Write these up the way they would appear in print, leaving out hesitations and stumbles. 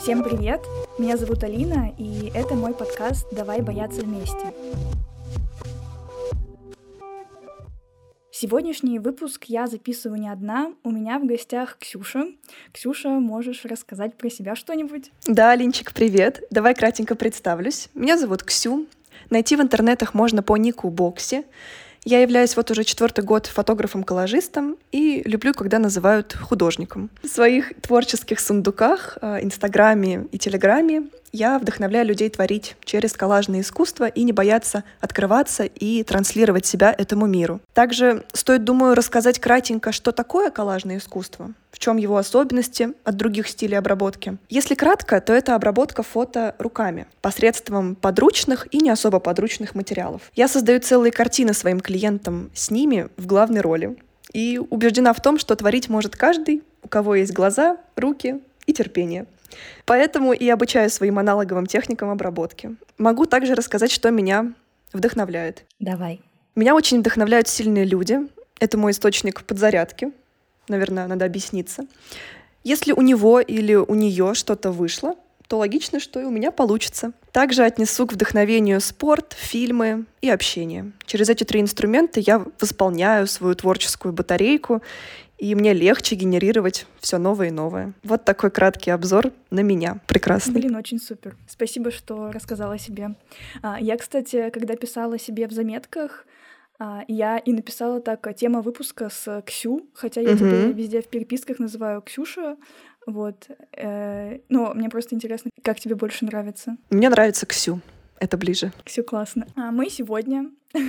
Всем привет! Меня зовут Алина, и это мой подкаст «Давай бояться вместе». Сегодняшний выпуск я записываю не одна, у меня в гостях Ксюша. Ксюша, можешь рассказать про себя что-нибудь? Да, Алинчик, привет. Давай кратенько представлюсь. Меня зовут Ксю. Найти в интернетах можно по нику Бокси. Я являюсь вот уже 4-й год фотографом-коллажистом и люблю, когда называют художником. В своих творческих сундуках, Инстаграме и Телеграме я вдохновляю людей творить через коллажное искусство и не бояться открываться и транслировать себя этому миру. Также стоит, думаю, рассказать кратенько, что такое коллажное искусство, в чем его особенности от других стилей обработки. Если кратко, то это обработка фото руками посредством подручных и не особо подручных материалов. Я создаю целые картины своим клиентам с ними в главной роли. И убеждена в том, что творить может каждый, у кого есть глаза, руки и терпение. Поэтому и обучаю своим аналоговым техникам обработки. Могу также рассказать, что меня вдохновляет. Давай. Меня очень вдохновляют сильные люди. Это мой источник подзарядки. Наверное, надо объясниться. Если у него или у нее что-то вышло, то логично, что и у меня получится. Также отнесу к вдохновению спорт, фильмы и общение. Через эти 3 инструмента я восполняю свою творческую батарейку, и мне легче генерировать все новое и новое. Вот такой краткий обзор на меня. Прекрасный. Блин, очень супер. Спасибо, что рассказала о себе. Я, кстати, когда писала себе в заметках, я и написала так: тема выпуска с Ксю, хотя я тебя везде в переписках называю Ксюша. Вот. Но мне просто интересно, как тебе больше нравится? Мне нравится Ксю. Это ближе. Ксю классно. Мы сегодня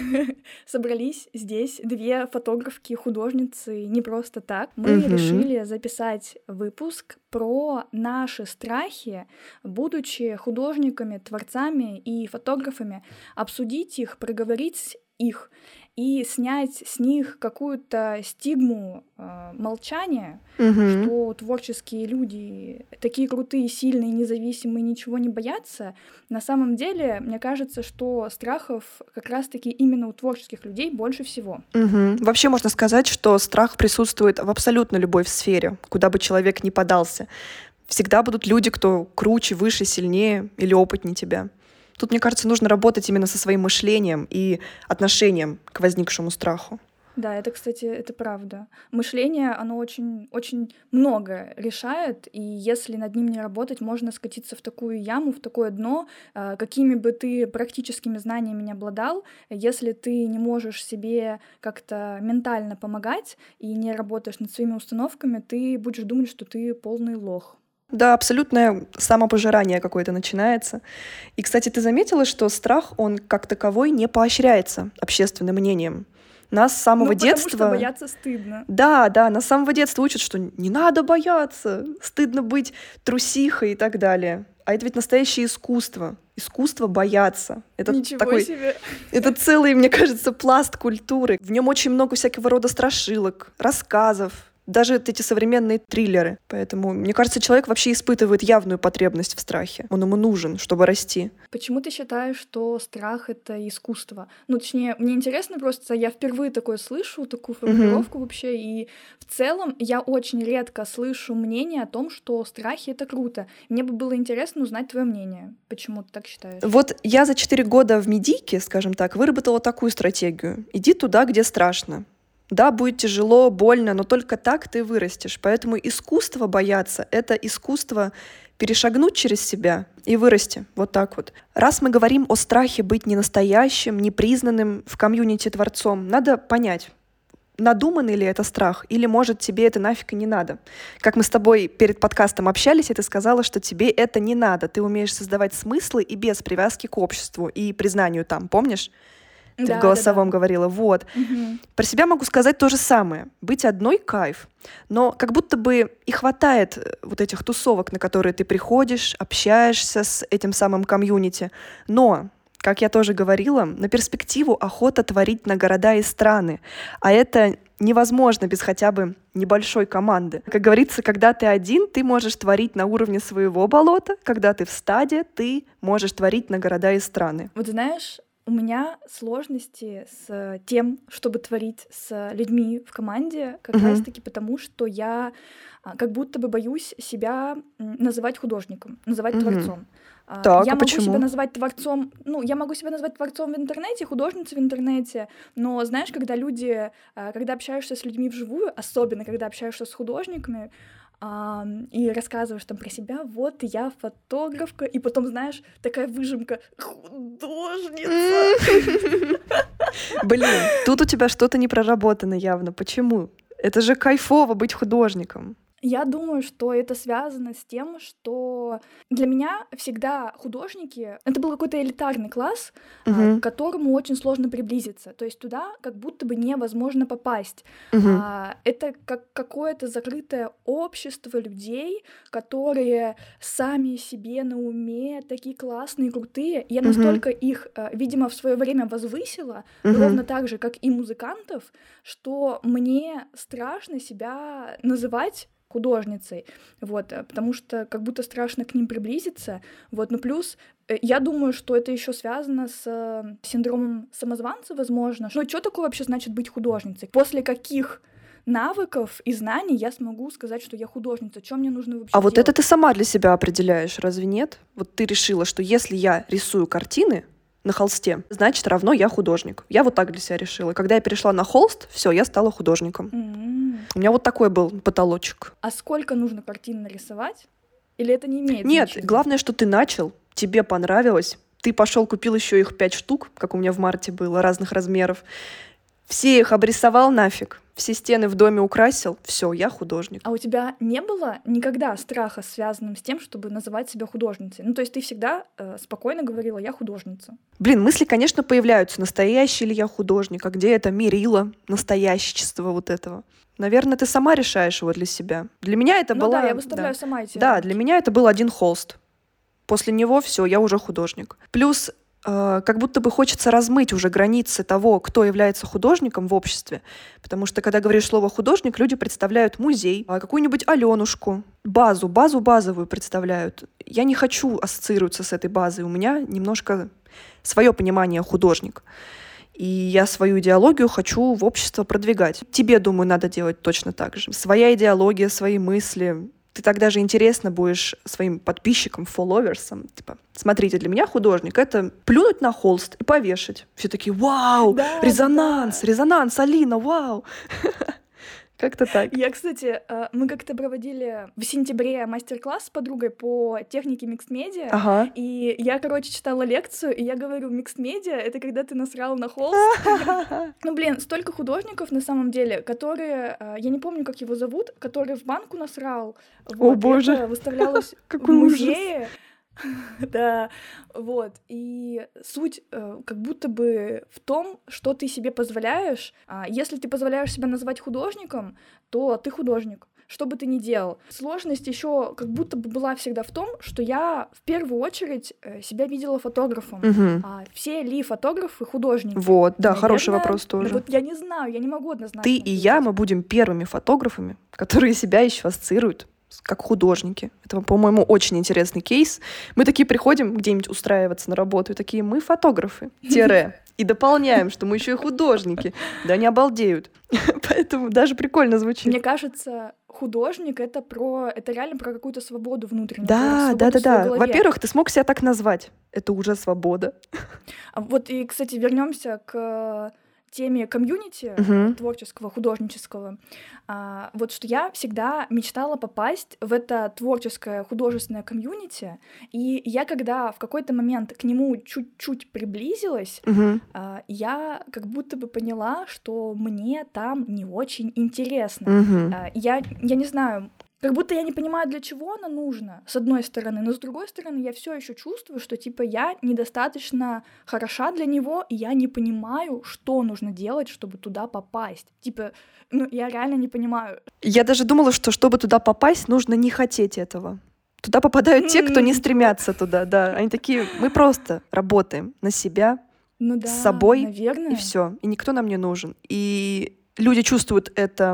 собрались здесь, 2 фотографки, художницы, не просто так. Мы решили записать выпуск про наши страхи, будучи художниками, творцами и фотографами, обсудить их, проговорить их и снять с них какую-то стигму молчания, что творческие люди такие крутые, сильные, независимые, ничего не боятся. На самом деле, мне кажется, что страхов как раз-таки именно у творческих людей больше всего. Вообще можно сказать, что страх присутствует в абсолютно любой сфере, куда бы человек ни подался. Всегда будут люди, кто круче, выше, сильнее или опытнее тебя. Тут, мне кажется, нужно работать именно со своим мышлением и отношением к возникшему страху. Да, это, кстати, это правда. Мышление, оно очень, очень много решает, и если над ним не работать, можно скатиться в такую яму, в такое дно, какими бы ты практическими знаниями не обладал, если ты не можешь себе как-то ментально помогать и не работаешь над своими установками, ты будешь думать, что ты полный лох. Да, абсолютное самопожирание какое-то начинается. И, кстати, ты заметила, что страх, он как таковой не поощряется общественным мнением. Нас с самого детства... Потому что бояться стыдно. Да, нас с самого детства учат, что не надо бояться, стыдно быть трусихой и так далее. А это ведь настоящее искусство. Искусство бояться. Это Ничего такой... себе! Это целый, мне кажется, пласт культуры. В нем очень много всякого рода страшилок, рассказов. Даже эти современные триллеры. Поэтому, мне кажется, человек вообще испытывает явную потребность в страхе. Он ему нужен, чтобы расти. Почему ты считаешь, что страх — это искусство? Ну, точнее, мне интересно просто, я впервые такое слышу, такую формулировку вообще, и в целом я очень редко слышу мнение о том, что страхи — это круто. Мне бы было интересно узнать твое мнение. Почему ты так считаешь? Вот я за 4 года в медийке, скажем так, выработала такую стратегию. Иди туда, где страшно. Да, будет тяжело, больно, но только так ты вырастешь. Поэтому искусство бояться — это искусство перешагнуть через себя и вырасти. Вот так вот. Раз мы говорим о страхе быть ненастоящим, непризнанным в комьюнити творцом, надо понять, надуманный ли это страх, или, может, тебе это нафиг и не надо. Как мы с тобой перед подкастом общались, и ты сказала, что тебе это не надо. Ты умеешь создавать смыслы и без привязки к обществу и признанию там, помнишь? Ты в голосовом говорила. Вот. Про себя могу сказать то же самое. Быть одной — кайф. Но как будто бы и хватает вот этих тусовок, на которые ты приходишь, общаешься с этим самым комьюнити. Но, как я тоже говорила, на перспективу охота творить на города и страны. А это невозможно без хотя бы небольшой команды. Как говорится, когда ты один, ты можешь творить на уровне своего болота. Когда ты в стаде, ты можешь творить на города и страны. Вот знаешь, У меня сложности с тем, чтобы творить с людьми в команде, как раз-таки потому, что я как будто бы боюсь себя называть художником, называть творцом. Так, Я а могу себя почему? назвать творцом, я могу себя назвать творцом в интернете, художницей в интернете, но знаешь, когда люди, когда общаешься с людьми вживую, особенно когда общаешься с художниками, и рассказываешь там про себя, вот я фотографка, и потом, знаешь, такая выжимка художница. Блин, тут у тебя что-то не проработано явно. Почему? Это же кайфово быть художником. Я думаю, что это связано с тем, что для меня всегда художники — это был какой-то элитарный класс, к которому очень сложно приблизиться. То есть туда как будто бы невозможно попасть. Это как какое-то закрытое общество людей, которые сами себе на уме, такие классные, крутые. Я настолько их, видимо, в свое время возвысила, ровно так же, как и музыкантов, что мне страшно себя называть художницей, вот, потому что как будто страшно к ним приблизиться, вот, но плюс я думаю, что это еще связано с синдромом самозванца, возможно. Ну, что такое вообще значит быть художницей? После каких навыков и знаний я смогу сказать, что я художница? Что мне нужно вообще А вот делать? это ты сама для себя определяешь, разве нет? Вот ты решила, что если я рисую картины на холсте, значит, равно я художник. Я вот так для себя решила. Когда я перешла на холст, все, я стала художником. У меня вот такой был потолочек. А сколько нужно картин нарисовать? Или это не имеет Нет, значения? главное, что ты начал, тебе понравилось, ты пошел купил еще их 5 штук, как у меня в марте было, разных размеров. Все их обрисовал нафиг, все стены в доме украсил, все, я художник. А у тебя не было никогда страха, связанным с тем, чтобы называть себя художницей? Ну, то есть ты всегда спокойно говорила: я художница. Блин, мысли, конечно, появляются, настоящий ли я художник, а где это мерило настоящества вот этого. Наверное, ты сама решаешь его для себя. Для меня это была... Да, я выставляю сама эти Да, рамки. для меня это был один холст. После него все, я уже художник. Плюс как будто бы хочется размыть уже границы того, кто является художником в обществе. Потому что, когда говоришь слово «художник», люди представляют музей, какую-нибудь Алёнушку, базу базовую представляют. Я не хочу ассоциироваться с этой базой. У меня немножко свое понимание «художник». И я свою идеологию хочу в общество продвигать. Тебе, думаю, надо делать точно так же. Своя идеология, свои мысли. Ты тогда же интересно будешь своим подписчикам, фолловерсам. Типа, смотрите, для меня художник — это плюнуть на холст и повешать. Все такие: вау, Да, резонанс, да. резонанс, Алина, вау. Как-то так. Я, кстати, мы как-то проводили в сентябре мастер-класс с подругой по технике микс-медиа, Ага. и я, читала лекцию, и я говорю: микс-медиа — это когда ты насрал на холст. Ну, блин, столько художников, на самом деле, которые, я не помню, как его зовут, который в банку насрал. О, боже. Это выставлялось в Какой ужас. музее. Да, вот. И суть как будто бы в том, что ты себе позволяешь. Если ты позволяешь себя назвать художником, то ты художник. Что бы ты ни делал. Сложность еще как будто бы была всегда в том, что я в первую очередь себя видела фотографом. Все ли фотографы художники? Вот, да, Наверное, хороший вопрос тоже. Вот я не знаю, я не могу однозначно Ты и я, мы будем первыми фотографами, которые себя еще ассоциируют как художники. Это, по-моему, очень интересный кейс. Мы такие приходим где-нибудь устраиваться на работу, и такие: мы фотографы, тире. И дополняем, что мы еще и художники. Да они обалдеют. Поэтому даже прикольно звучит. Мне кажется, художник — это реально про какую-то свободу внутреннюю. Да. свободу в своей голове. Во-первых, ты смог себя так назвать. Это уже свобода. Вот и, кстати, вернемся к теме комьюнити творческого, художнического. Вот что я всегда мечтала попасть в это творческое художественное комьюнити, и я, когда в какой-то момент к нему чуть-чуть приблизилась, я как будто бы поняла, что мне там не очень интересно. Я не знаю, как будто я не понимаю, для чего оно нужно, с одной стороны, но с другой стороны я все еще чувствую, что типа я недостаточно хороша для него, и я не понимаю, что нужно делать, чтобы туда попасть. Типа, я реально не понимаю. Я даже думала, что чтобы туда попасть, нужно не хотеть этого. Туда попадают те, кто не стремятся туда, да. Они такие: мы просто работаем на себя, Ну да, с собой, наверное. и все. И никто нам не нужен. И люди чувствуют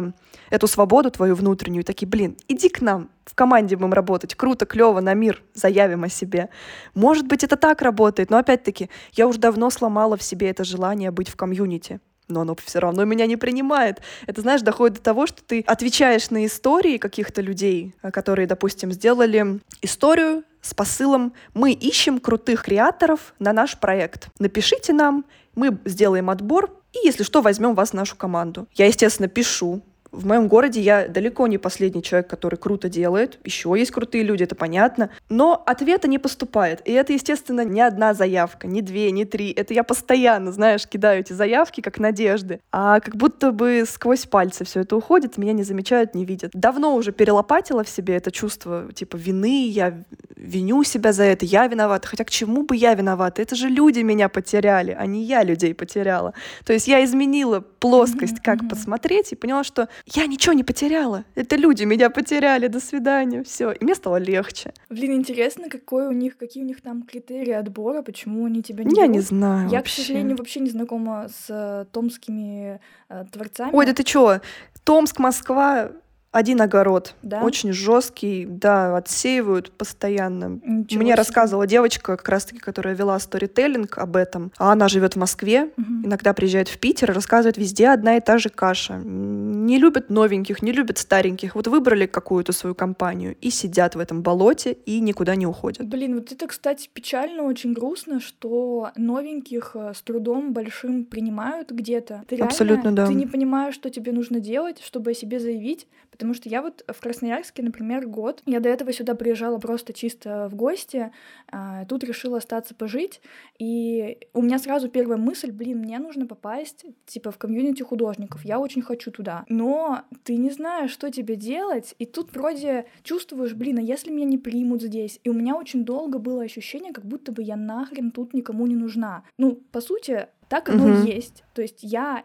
эту свободу твою внутреннюю, и такие, блин, иди к нам, в команде будем работать, круто, клево, на мир заявим о себе. Может быть, это так работает, но опять-таки, я уже давно сломала в себе это желание быть в комьюнити. Но оно все равно меня не принимает. Это, знаешь, доходит до того, что ты отвечаешь на истории каких-то людей, которые, допустим, сделали историю с посылом: мы ищем крутых креаторов на наш проект. Напишите нам, мы сделаем отбор, и, если что, возьмем вас в нашу команду. Я, естественно, пишу. В моем городе я далеко не последний человек, который круто делает. Еще есть крутые люди, это понятно. Но ответа не поступает. И это, естественно, не одна заявка, не две, не три. Это я постоянно, знаешь, кидаю эти заявки, как надежды. А как будто бы сквозь пальцы все это уходит, меня не замечают, не видят. Давно уже перелопатила в себе это чувство типа вины, я виню себя за это, я виновата. Хотя к чему бы я виновата? Это же люди меня потеряли, а не я людей потеряла. То есть я изменила плоскость, как посмотреть, и поняла, что я ничего не потеряла. Это люди меня потеряли. До свидания. Все. И мне стало легче. Блин, интересно, какие у них там критерии отбора, почему они тебя не Я берут? не знаю. Я, вообще. к сожалению, вообще не знакома с томскими творцами. Ой, да ты чё? Томск, Москва, один огород. Да? Очень жесткий, да, отсеивают постоянно. Ничего Мне себе. рассказывала девочка, как раз-таки, которая вела сторителлинг об этом. А она живет в Москве, иногда приезжает в Питер и рассказывает: везде одна и та же каша. Не любят новеньких, не любят стареньких. Вот выбрали какую-то свою компанию и сидят в этом болоте и никуда не уходят. Блин, вот это, кстати, печально, очень грустно, что новеньких с трудом большим принимают где-то. Ты реально, Абсолютно, да. Ты не понимаешь, что тебе нужно делать, чтобы о себе заявить. Потому что я вот в Красноярске, например, год, я до этого сюда приезжала просто чисто в гости, тут решила остаться пожить, и у меня сразу первая мысль: блин, мне нужно попасть, типа, в комьюнити художников, я очень хочу туда. Но ты не знаешь, что тебе делать, и тут вроде чувствуешь: блин, а если меня не примут здесь? И у меня очень долго было ощущение, как будто бы я нахрен тут никому не нужна. Ну, по сути, так оно и есть. То есть я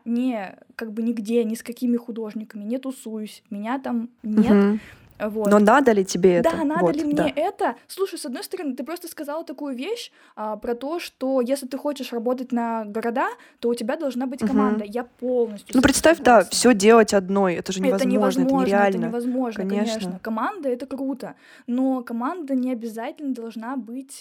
нигде, ни с какими художниками не тусуюсь, меня там нет. Вот. Но надо ли тебе это? Да, надо вот, ли да. мне это? Слушай, с одной стороны, ты просто сказала такую вещь про то, что если ты хочешь работать на города, то у тебя должна быть команда. Я полностью. Ну, представь, да, все делать одной. Это же невозможно, это нереально. Это невозможно, конечно. Команда — это круто, но команда не обязательно должна быть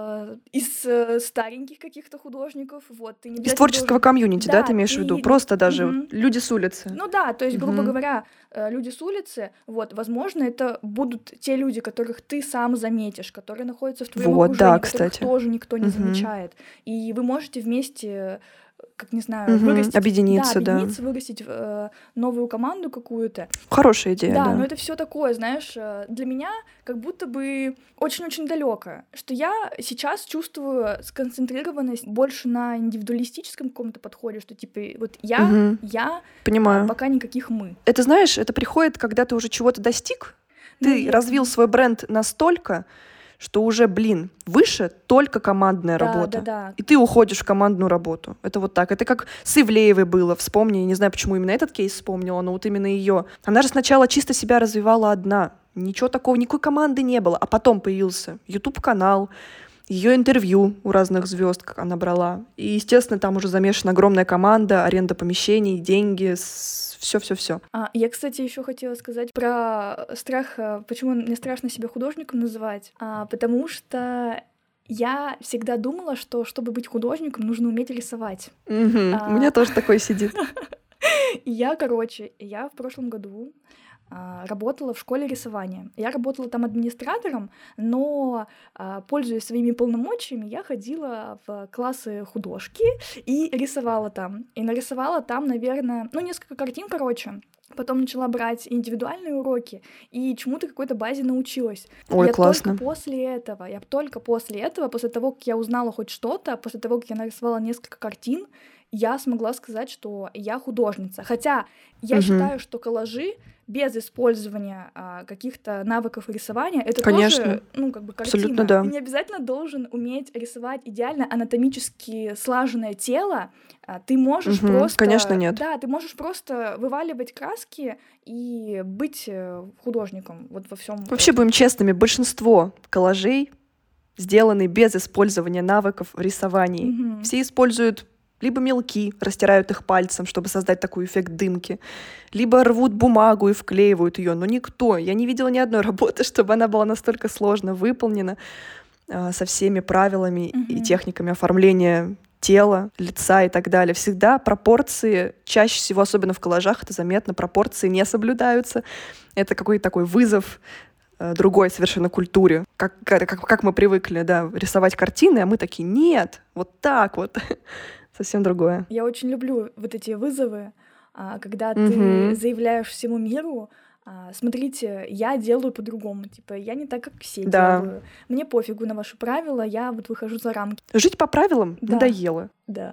из стареньких каких-то художников. Вот, ты не из творческого комьюнити, да, ты имеешь в виду? Просто даже люди с улицы. Ну да, то есть, грубо говоря, люди с улицы, вот, возможно, это будут те люди, которых ты сам заметишь, которые находятся в твоем окружении, да, которых кстати. тоже никто не замечает. И вы можете вместе, как не знаю, вырастить, объединиться, вырастить новую команду какую-то. Хорошая идея, да. Да, но это все такое, знаешь, для меня как будто бы очень-очень далеко, что я сейчас чувствую сконцентрированность больше на индивидуалистическом каком-то подходе, что типа вот я, понимаю. Пока никаких мы. Это, знаешь, это приходит, когда ты уже чего-то достиг, ты развил свой бренд настолько, что уже, выше только командная работа. Да. И ты уходишь в командную работу. Это вот так. Это как с Ивлеевой было. Вспомни, не знаю, почему именно этот кейс вспомнила, но вот именно ее. Она же сначала чисто себя развивала одна. Ничего такого, никакой команды не было. А потом появился YouTube-канал, ее интервью у разных звезд, как она брала. И, естественно, там уже замешана огромная команда, аренда помещений, деньги, все. Я, кстати, еще хотела сказать про страх, почему мне страшно себя художником называть. Потому что я всегда думала, что чтобы быть художником, нужно уметь рисовать. У меня тоже такой сидит. Я в прошлом году работала в школе рисования. Я работала там администратором, но, пользуясь своими полномочиями, я ходила в классы художки и рисовала там. И нарисовала там, наверное, несколько картин, Потом начала брать индивидуальные уроки и чему-то какой-то базе научилась. Ой, классно. Я только после этого, после того, как я узнала хоть что-то, после того, как я нарисовала несколько картин, я смогла сказать, что я художница. Хотя я считаю, что коллажи без использования каких-то навыков рисования, это Конечно. тоже, картина. Абсолютно, да. Ты не обязательно должен уметь рисовать идеально анатомически слаженное тело. Ты можешь просто... Конечно, нет. Да, ты можешь просто вываливать краски и быть художником вот во всем. Вообще, будем честными, большинство коллажей сделаны без использования навыков в рисовании. Все используют Либо мелки, растирают их пальцем, чтобы создать такой эффект дымки. Либо рвут бумагу и вклеивают ее. Но никто, я не видела ни одной работы, чтобы она была настолько сложно выполнена, со всеми правилами и техниками оформления тела, лица и так далее. Всегда пропорции, чаще всего, особенно в коллажах, это заметно, пропорции не соблюдаются. Это какой-то такой вызов другой совершенно культуре. Как мы привыкли, да, рисовать картины, а мы такие, нет, вот так вот. Совсем другое. Я очень люблю вот эти вызовы, когда ты заявляешь всему миру, смотрите, я делаю по-другому. Типа, я не так, как все делаю. Мне пофигу на ваши правила, я вот выхожу за рамки. Жить по правилам надоело. Да.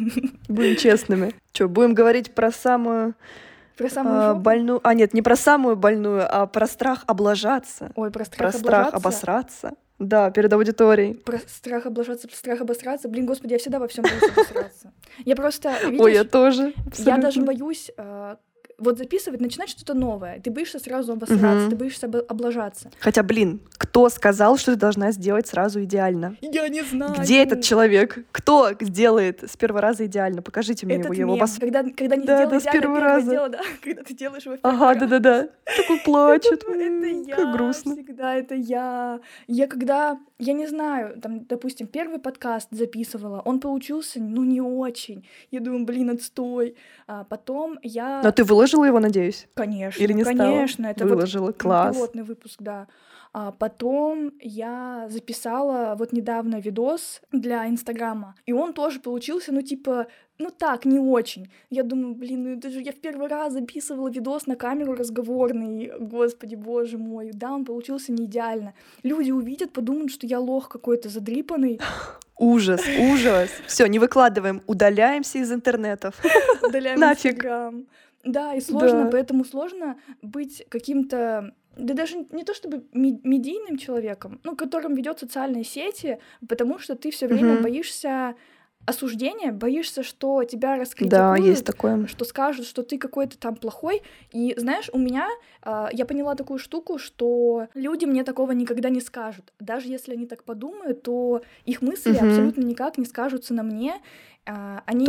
Будем честными. Что, будем говорить про самую... Про самую больную... нет, не про самую больную, а про страх облажаться. Ой, про страх облажаться. Про страх обосраться. Да, перед аудиторией. Про страх облажаться, про страх обосраться. Блин, господи, я всегда во всем боюсь обосраться. Я просто, видишь... Ой, я тоже. Я даже боюсь... вот записывать, начинать что-то новое. Ты боишься сразу обосраться, ты боишься облажаться. Хотя, блин, кто сказал, что ты должна сделать сразу идеально? Я не знаю. Где этот человек? Кто сделает с первого раза идеально? Покажите мне этот его. Когда не сделал идеально, с первого раза. Дело, да, когда ты делаешь его в первый раз. Да. Такой плачет. Это я как грустно. Всегда, это я. Я когда, я не знаю, там, допустим, первый подкаст записывала, он получился, не очень. Я думаю, блин, отстой. А потом я... Но ты выложила его, надеюсь? Конечно. Или не конечно, стала? это выложила, вот класс. Пилотный выпуск, да. А потом я записала вот недавно видос для Инстаграма, и он тоже получился, так, не очень. Я думаю, блин, это же я в первый раз записывала видос на камеру разговорный, господи, боже мой, да, он получился не идеально. Люди увидят, подумают, что я лох какой-то задрипанный. Ужас. Все, не выкладываем, удаляемся из интернетов. Удаляем Инстаграм. Да, и сложно, поэтому сложно быть каким-то... Да даже не то чтобы медийным человеком, которым ведет социальные сети, потому что ты все время боишься осуждения, боишься, что тебя раскритикуют, да, есть такое. Что скажут, что ты какой-то там плохой. И знаешь, у меня, я поняла такую штуку, что люди мне такого никогда не скажут. Даже если они так подумают, то их мысли абсолютно никак не скажутся на мне. Они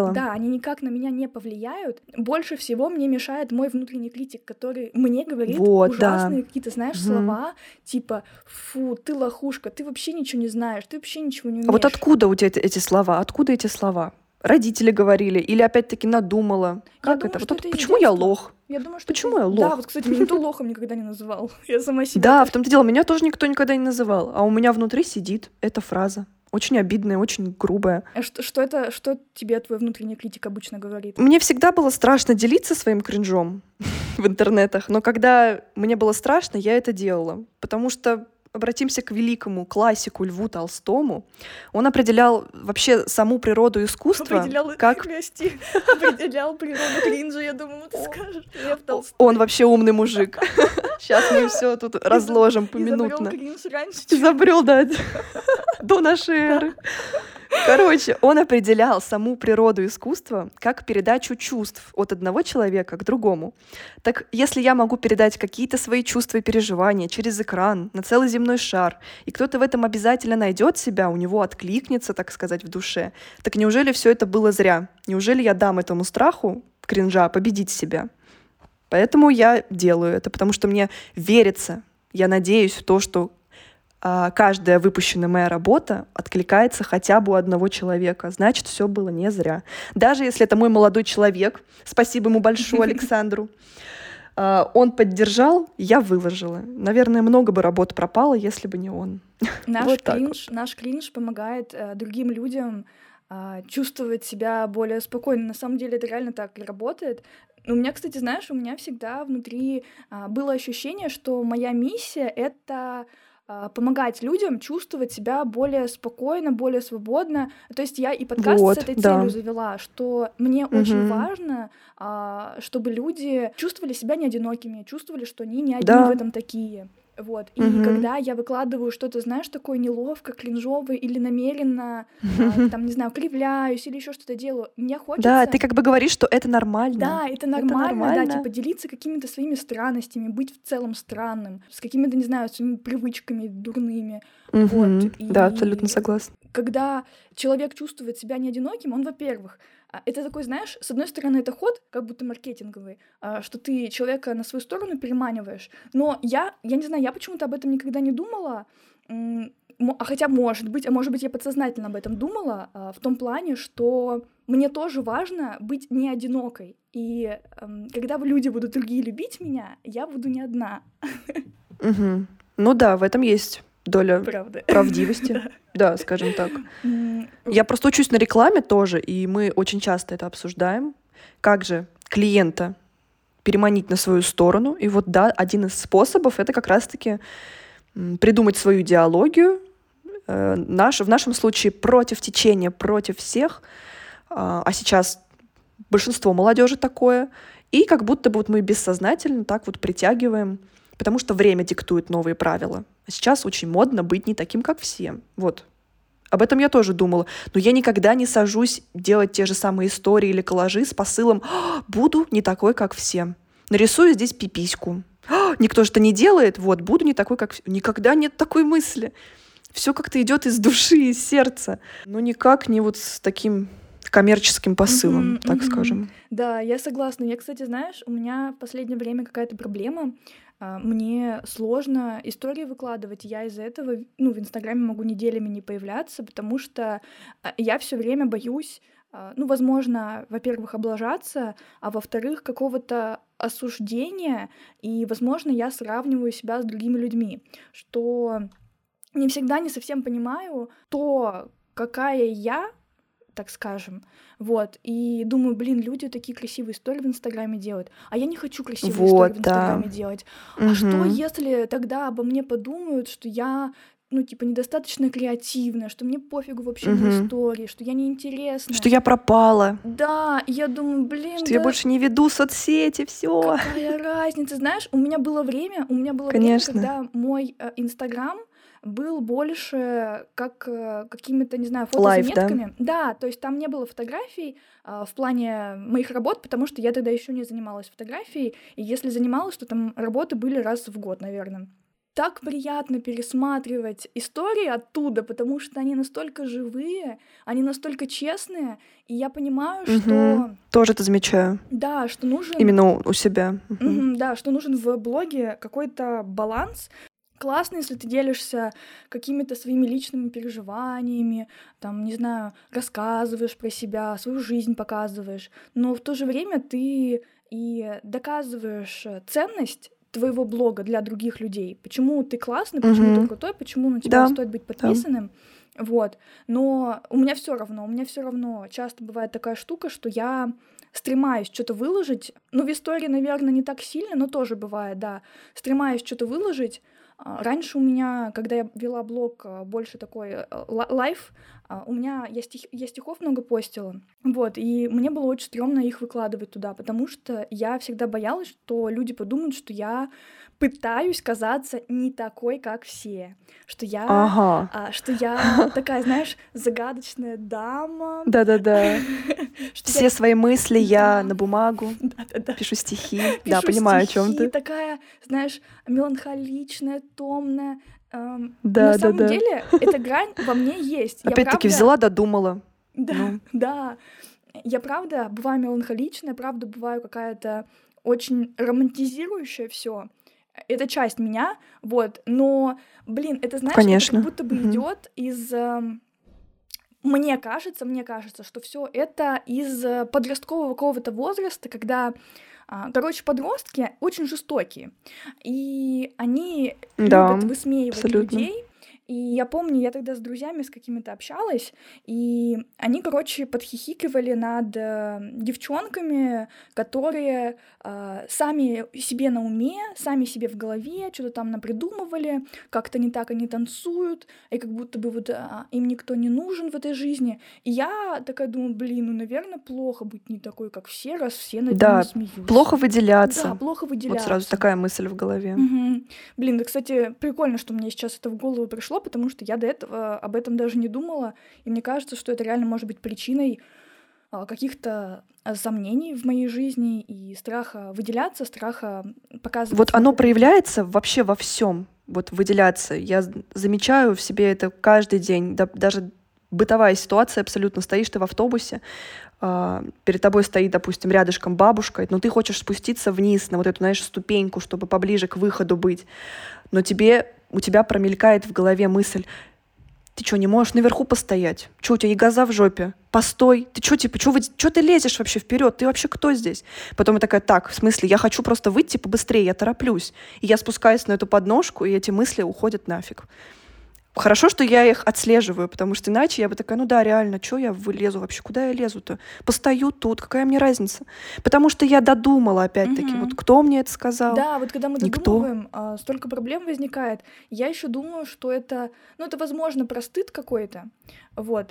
никак на меня не повлияют. Больше всего мне мешает мой внутренний критик, который мне говорит ужасные какие-то, знаешь, слова, типа «фу, ты лохушка, ты вообще ничего не знаешь, ты вообще ничего не умеешь». А вот откуда у тебя эти слова? Откуда эти слова? Родители говорили или опять-таки надумала? Как это? Почему я лох? Я думаю, что почему я лох? Да, вот, кстати, меня никто лохом никогда не называл. Я сама себя... Да, в том-то дело, меня тоже никто никогда не называл. А у меня внутри сидит эта фраза. Очень обидная, очень грубая. Что тебе твой внутренний критик обычно говорит? Мне всегда было страшно делиться своим кринжом в интернетах, но когда мне было страшно, я это делала. Потому что обратимся к великому классику Льву Толстому. Он определял вообще саму природу искусства. Определял природу кринжа, я думала, ты скажешь. Лев Толстой. Он вообще умный мужик. Сейчас мы все тут разложим поминутно. Изобрел кринж раньше. Изобрел, да, до нашей эры. Короче, он определял саму природу искусства как передачу чувств от одного человека к другому. Так если я могу передать какие-то свои чувства и переживания через экран на целый земной шар, и кто-то в этом обязательно найдет себя, у него откликнется, так сказать, в душе, так неужели все это было зря? Неужели я дам этому страху кринжа победить себя? Поэтому я делаю это, потому что мне верится, я надеюсь в то, что каждая выпущенная моя работа откликается хотя бы у одного человека. Значит, все было не зря. Даже если это мой молодой человек, спасибо ему большое, Александру, он поддержал, я выложила. Наверное, много бы работ пропало, если бы не он. Наш кринж помогает другим людям чувствовать себя более спокойно. На самом деле это реально так и работает. У меня, кстати, знаешь, у меня всегда внутри было ощущение, что моя миссия — это помогать людям чувствовать себя более спокойно, более свободно. То есть я и подкаст с этой целью завела, что мне очень важно, чтобы люди чувствовали себя не одинокими, чувствовали, что они не одни в этом такие. Вот. И когда я выкладываю что-то, знаешь, такое неловко, кринжовое или намеренно, там, не знаю, кривляюсь или еще что-то делаю, мне хочется... Да, ты как бы говоришь, что это нормально. Да, это нормально, да, типа делиться какими-то своими странностями, быть в целом странным, с какими-то, не знаю, своими привычками дурными. Вот. Да, абсолютно согласна. Когда человек чувствует себя не одиноким, он, во-первых, это такой, знаешь, с одной стороны, это ход, как будто маркетинговый, что ты человека на свою сторону переманиваешь, но я не знаю, я почему-то об этом никогда не думала, хотя может быть, я подсознательно об этом думала, в том плане, что мне тоже важно быть не одинокой, и когда люди будут другие любить меня, я буду не одна. Ну да, в этом есть доля правдивости, да, скажем так. Я просто учусь на рекламе тоже, и мы очень часто это обсуждаем. Как же клиента переманить на свою сторону? И вот да, один из способов — это как раз-таки придумать свою идеологию, в нашем случае против течения, против всех, а сейчас большинство молодежи такое, и как будто бы вот мы бессознательно так вот притягиваем, потому что время диктует новые правила. А сейчас очень модно быть не таким, как все. Вот. Об этом я тоже думала. Но я никогда не сажусь делать те же самые истории или коллажи с посылом «буду не такой, как все». Нарисую здесь пипиську. Никто же это не делает, вот, буду не такой, как все. Никогда нет такой мысли. Все как-то идет из души, из сердца. Но никак не вот с таким коммерческим посылом, так скажем. Да, я согласна. Я, кстати, знаешь, у меня в последнее время какая-то проблема. Мне сложно истории выкладывать. Я из-за этого, в Инстаграме могу неделями не появляться, потому что я все время боюсь, возможно, во-первых, облажаться, а во-вторых, какого-то осуждения, и, возможно, я сравниваю себя с другими людьми, что не всегда не совсем понимаю то, какая я, так скажем, вот, и думаю, люди такие красивые истории в Инстаграме делают, а я не хочу красивые истории в Инстаграме делать. А что, если тогда обо мне подумают, что я, недостаточно креативная, что мне пофигу вообще на истории, что я неинтересна. Что я пропала. Да, и я думаю, Что я больше не веду соцсети, все. Какая разница, знаешь, у меня было время, когда мой Инстаграм был больше как какими-то, не знаю, фотозаметками. Да, то есть там не было фотографий в плане моих работ, потому что я тогда еще не занималась фотографией, и если занималась, то там работы были раз в год, наверное. Так приятно пересматривать истории оттуда, потому что они настолько живые, они настолько честные, и я понимаю, что... Тоже это замечаю. Да, что нужен... Именно у себя. Да, что нужен в блоге какой-то баланс. Классно, если ты делишься какими-то своими личными переживаниями, там, не знаю, рассказываешь про себя, свою жизнь показываешь, но в то же время ты и доказываешь ценность твоего блога для других людей. Почему ты классный, почему ты крутой, почему на тебя стоит быть подписанным. Вот. Но у меня все равно часто бывает такая штука, что я стремаюсь что-то выложить. В истории, наверное, не так сильно, но тоже бывает, да. Стремаюсь что-то выложить. Раньше у меня, когда я вела блог больше такой лайф, у меня я стихов много постила, вот, и мне было очень стрёмно их выкладывать туда, потому что я всегда боялась, что люди подумают, что я пытаюсь казаться не такой, как все, что я такая, знаешь, загадочная дама. Да-да-да. Все свои мысли я на бумагу пишу стихи. Да, понимаю, о чем ты. Такая, знаешь, меланхоличная, томная. На самом деле, эта грань во мне есть. Опять-таки взяла, додумала. Да. Я правда бываю меланхоличная, правда бываю какая-то очень романтизирующая все. Это часть меня, вот. Но, это, знаешь, это как будто бы идет из... Мне кажется, что все это из подросткового какого-то возраста, когда, подростки очень жестокие, и они любят высмеивать людей, И я помню, я тогда с друзьями с какими-то общалась, и они, короче, подхихикивали над девчонками, которые сами себе на уме, сами себе в голове что-то там напридумывали, как-то не так они танцуют, и как будто бы вот им никто не нужен в этой жизни. И я такая думаю, блин, ну, наверное, плохо быть не такой, как все, раз все над ними смеются. Плохо выделяться. Да, плохо выделяться. Вот сразу такая мысль в голове. Угу. Блин, да, кстати, прикольно, что мне сейчас это в голову пришло, потому что я до этого об этом даже не думала, и мне кажется, что это реально может быть причиной каких-то сомнений в моей жизни и страха выделяться, страха показывать. Вот оно проявляется вообще во всем. Вот выделяться. Я замечаю в себе это каждый день. Даже бытовая ситуация абсолютно. Стоишь ты в автобусе, перед тобой стоит, допустим, рядышком бабушка, но ты хочешь спуститься вниз на вот эту, знаешь, ступеньку, чтобы поближе к выходу быть. Но у тебя промелькает в голове мысль: ты что, не можешь наверху постоять? Что, у тебя ягоза в жопе? Постой. Ты что, типа, что ты лезешь вообще вперед? Ты вообще кто здесь? Потом я такая: так, в смысле, я хочу просто выйти побыстрее, я тороплюсь. И я спускаюсь на эту подножку, и эти мысли уходят нафиг. Хорошо, что я их отслеживаю, потому что иначе я бы такая: ну да, реально, что я вылезу вообще? Куда я лезу-то? Постою тут, какая мне разница? Потому что я додумала, опять-таки. Вот кто мне это сказал? Да, вот когда мы Никто. додумываем, столько проблем возникает. Я еще думаю, что это, это, возможно, простыд какой-то, вот.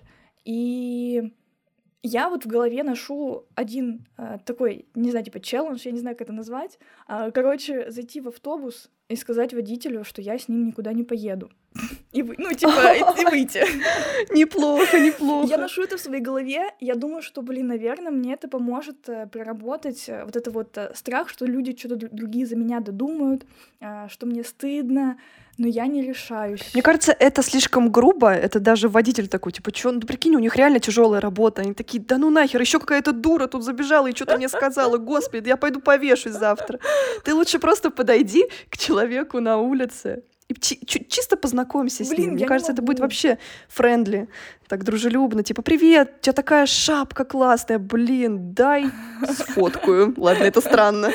И я вот в голове ношу один такой, не знаю, типа челлендж, я не знаю, как это назвать. Короче, зайти в автобус и сказать водителю, что я с ним никуда не поеду. И выйти. Неплохо, неплохо. Я ношу это в своей голове, я думаю, что, наверное, мне это поможет проработать вот это вот страх, что люди что-то другие за меня додумают, что мне стыдно, но я не решаюсь. Мне кажется, это слишком грубо, это даже водитель такой, типа, чё, ну прикинь, у них реально тяжелая работа, они такие: да ну нахер, еще какая-то дура тут забежала и что-то мне сказала, господи, я пойду повешусь завтра. Ты лучше просто подойди к человеку на улице и чисто познакомься с ним. Мне кажется, это будет вообще френдли, так дружелюбно. Типа: привет, у тебя такая шапка классная, блин, дай сфоткаю. Ладно, это странно.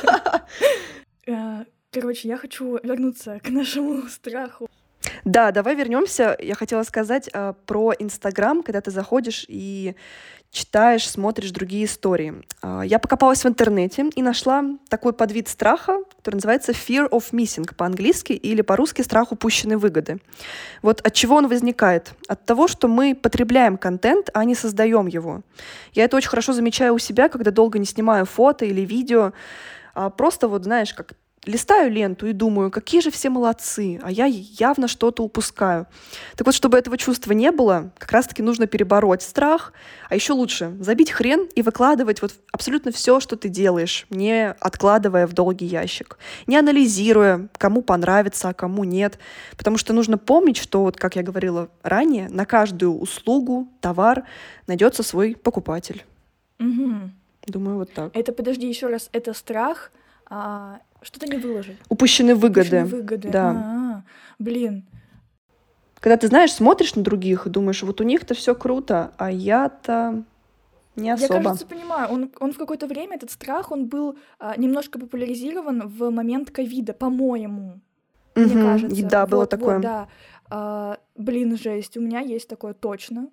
Короче, я хочу вернуться к нашему страху. Да, давай вернемся. Я хотела сказать про Инстаграм, когда ты заходишь и читаешь, смотришь другие истории. Я покопалась в интернете и нашла такой подвид страха, который называется fear of missing по-английски, или по-русски страх упущенной выгоды. Вот от чего он возникает? От того, что мы потребляем контент, а не создаем его. Я это очень хорошо замечаю у себя, когда долго не снимаю фото или видео. Просто вот, знаешь, как листаю ленту и думаю: какие же все молодцы, а я явно что-то упускаю. Так вот, чтобы этого чувства не было, как раз-таки нужно перебороть страх, а еще лучше забить хрен и выкладывать вот абсолютно все, что ты делаешь, не откладывая в долгий ящик, не анализируя, кому понравится, а кому нет. Потому что нужно помнить, что, вот как я говорила ранее, на каждую услугу, товар найдется свой покупатель. Угу. Думаю, вот так. Это, подожди, еще раз, это страх что-то не выложить. Упущенные выгоды. Упущенные выгоды. Да. Блин. Когда ты, знаешь, смотришь на других и думаешь: вот у них-то все круто, а я-то не особо. Я, кажется, понимаю. Он в какое-то время, этот страх, он был немножко популяризирован в момент ковида, по-моему. Мне кажется. Да, было такое. Вот, да. Блин, жесть. У меня есть такое точно.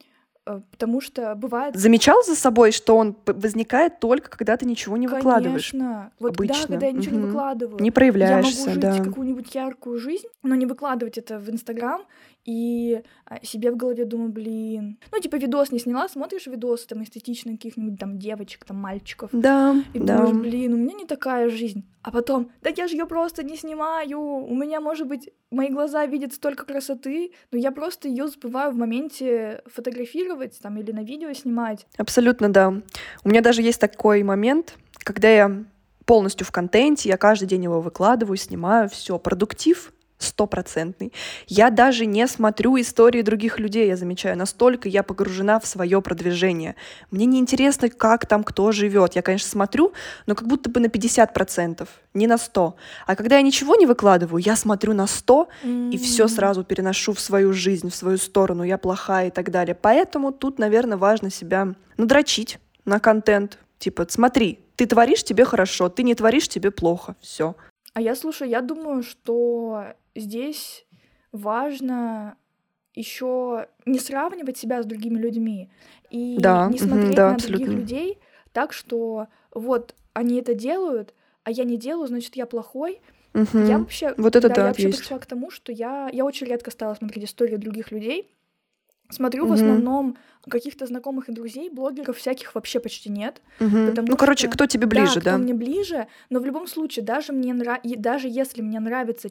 Потому что бывает... Замечал за собой, что он возникает только когда ты ничего не выкладываешь? Конечно. Вот обычно. Да, когда я ничего не выкладываю. Не проявляешься, я могу жить какую-нибудь яркую жизнь, но не выкладывать это в Инстаграм, и себе в голове думаю: блин. Видос не сняла, смотришь видосы там эстетичные каких-нибудь там девочек, там мальчиков. Да, и думаешь: блин, у меня не такая жизнь. А потом: да я же ее просто не снимаю. У меня, может быть, мои глаза видят столько красоты, но я просто ее забываю в моменте фотографировать там или на видео снимать. Абсолютно, да. У меня даже есть такой момент, когда я полностью в контенте, я каждый день его выкладываю, снимаю, все, продуктив 100%. Я даже не смотрю истории других людей, я замечаю, настолько я погружена в свое продвижение. Мне не интересно, как там кто живет. Я, конечно, смотрю, но как будто бы на 50%, не на 100%. А когда я ничего не выкладываю, я смотрю на 100% и все сразу переношу в свою жизнь, в свою сторону. Я плохая и так далее. Поэтому тут, наверное, важно себя надрочить на контент. Типа: смотри, ты творишь — тебе хорошо, ты не творишь — тебе плохо. Все. Я думаю, что здесь важно еще не сравнивать себя с другими людьми и Да, не смотреть да, на других абсолютно. людей так, что вот они это делают, а я не делаю, значит, я плохой. Я Мгм. вообще, Вот это да, я да, вообще есть. пришла к тому, что я очень редко стала смотреть истории других людей. Смотрю в Мгм. основном каких-то знакомых и друзей, блогеров всяких вообще почти нет, Мгм. Ну, потому короче, что, кто тебе да, ближе, кто да? мне ближе, но в любом случае, даже если мне нравится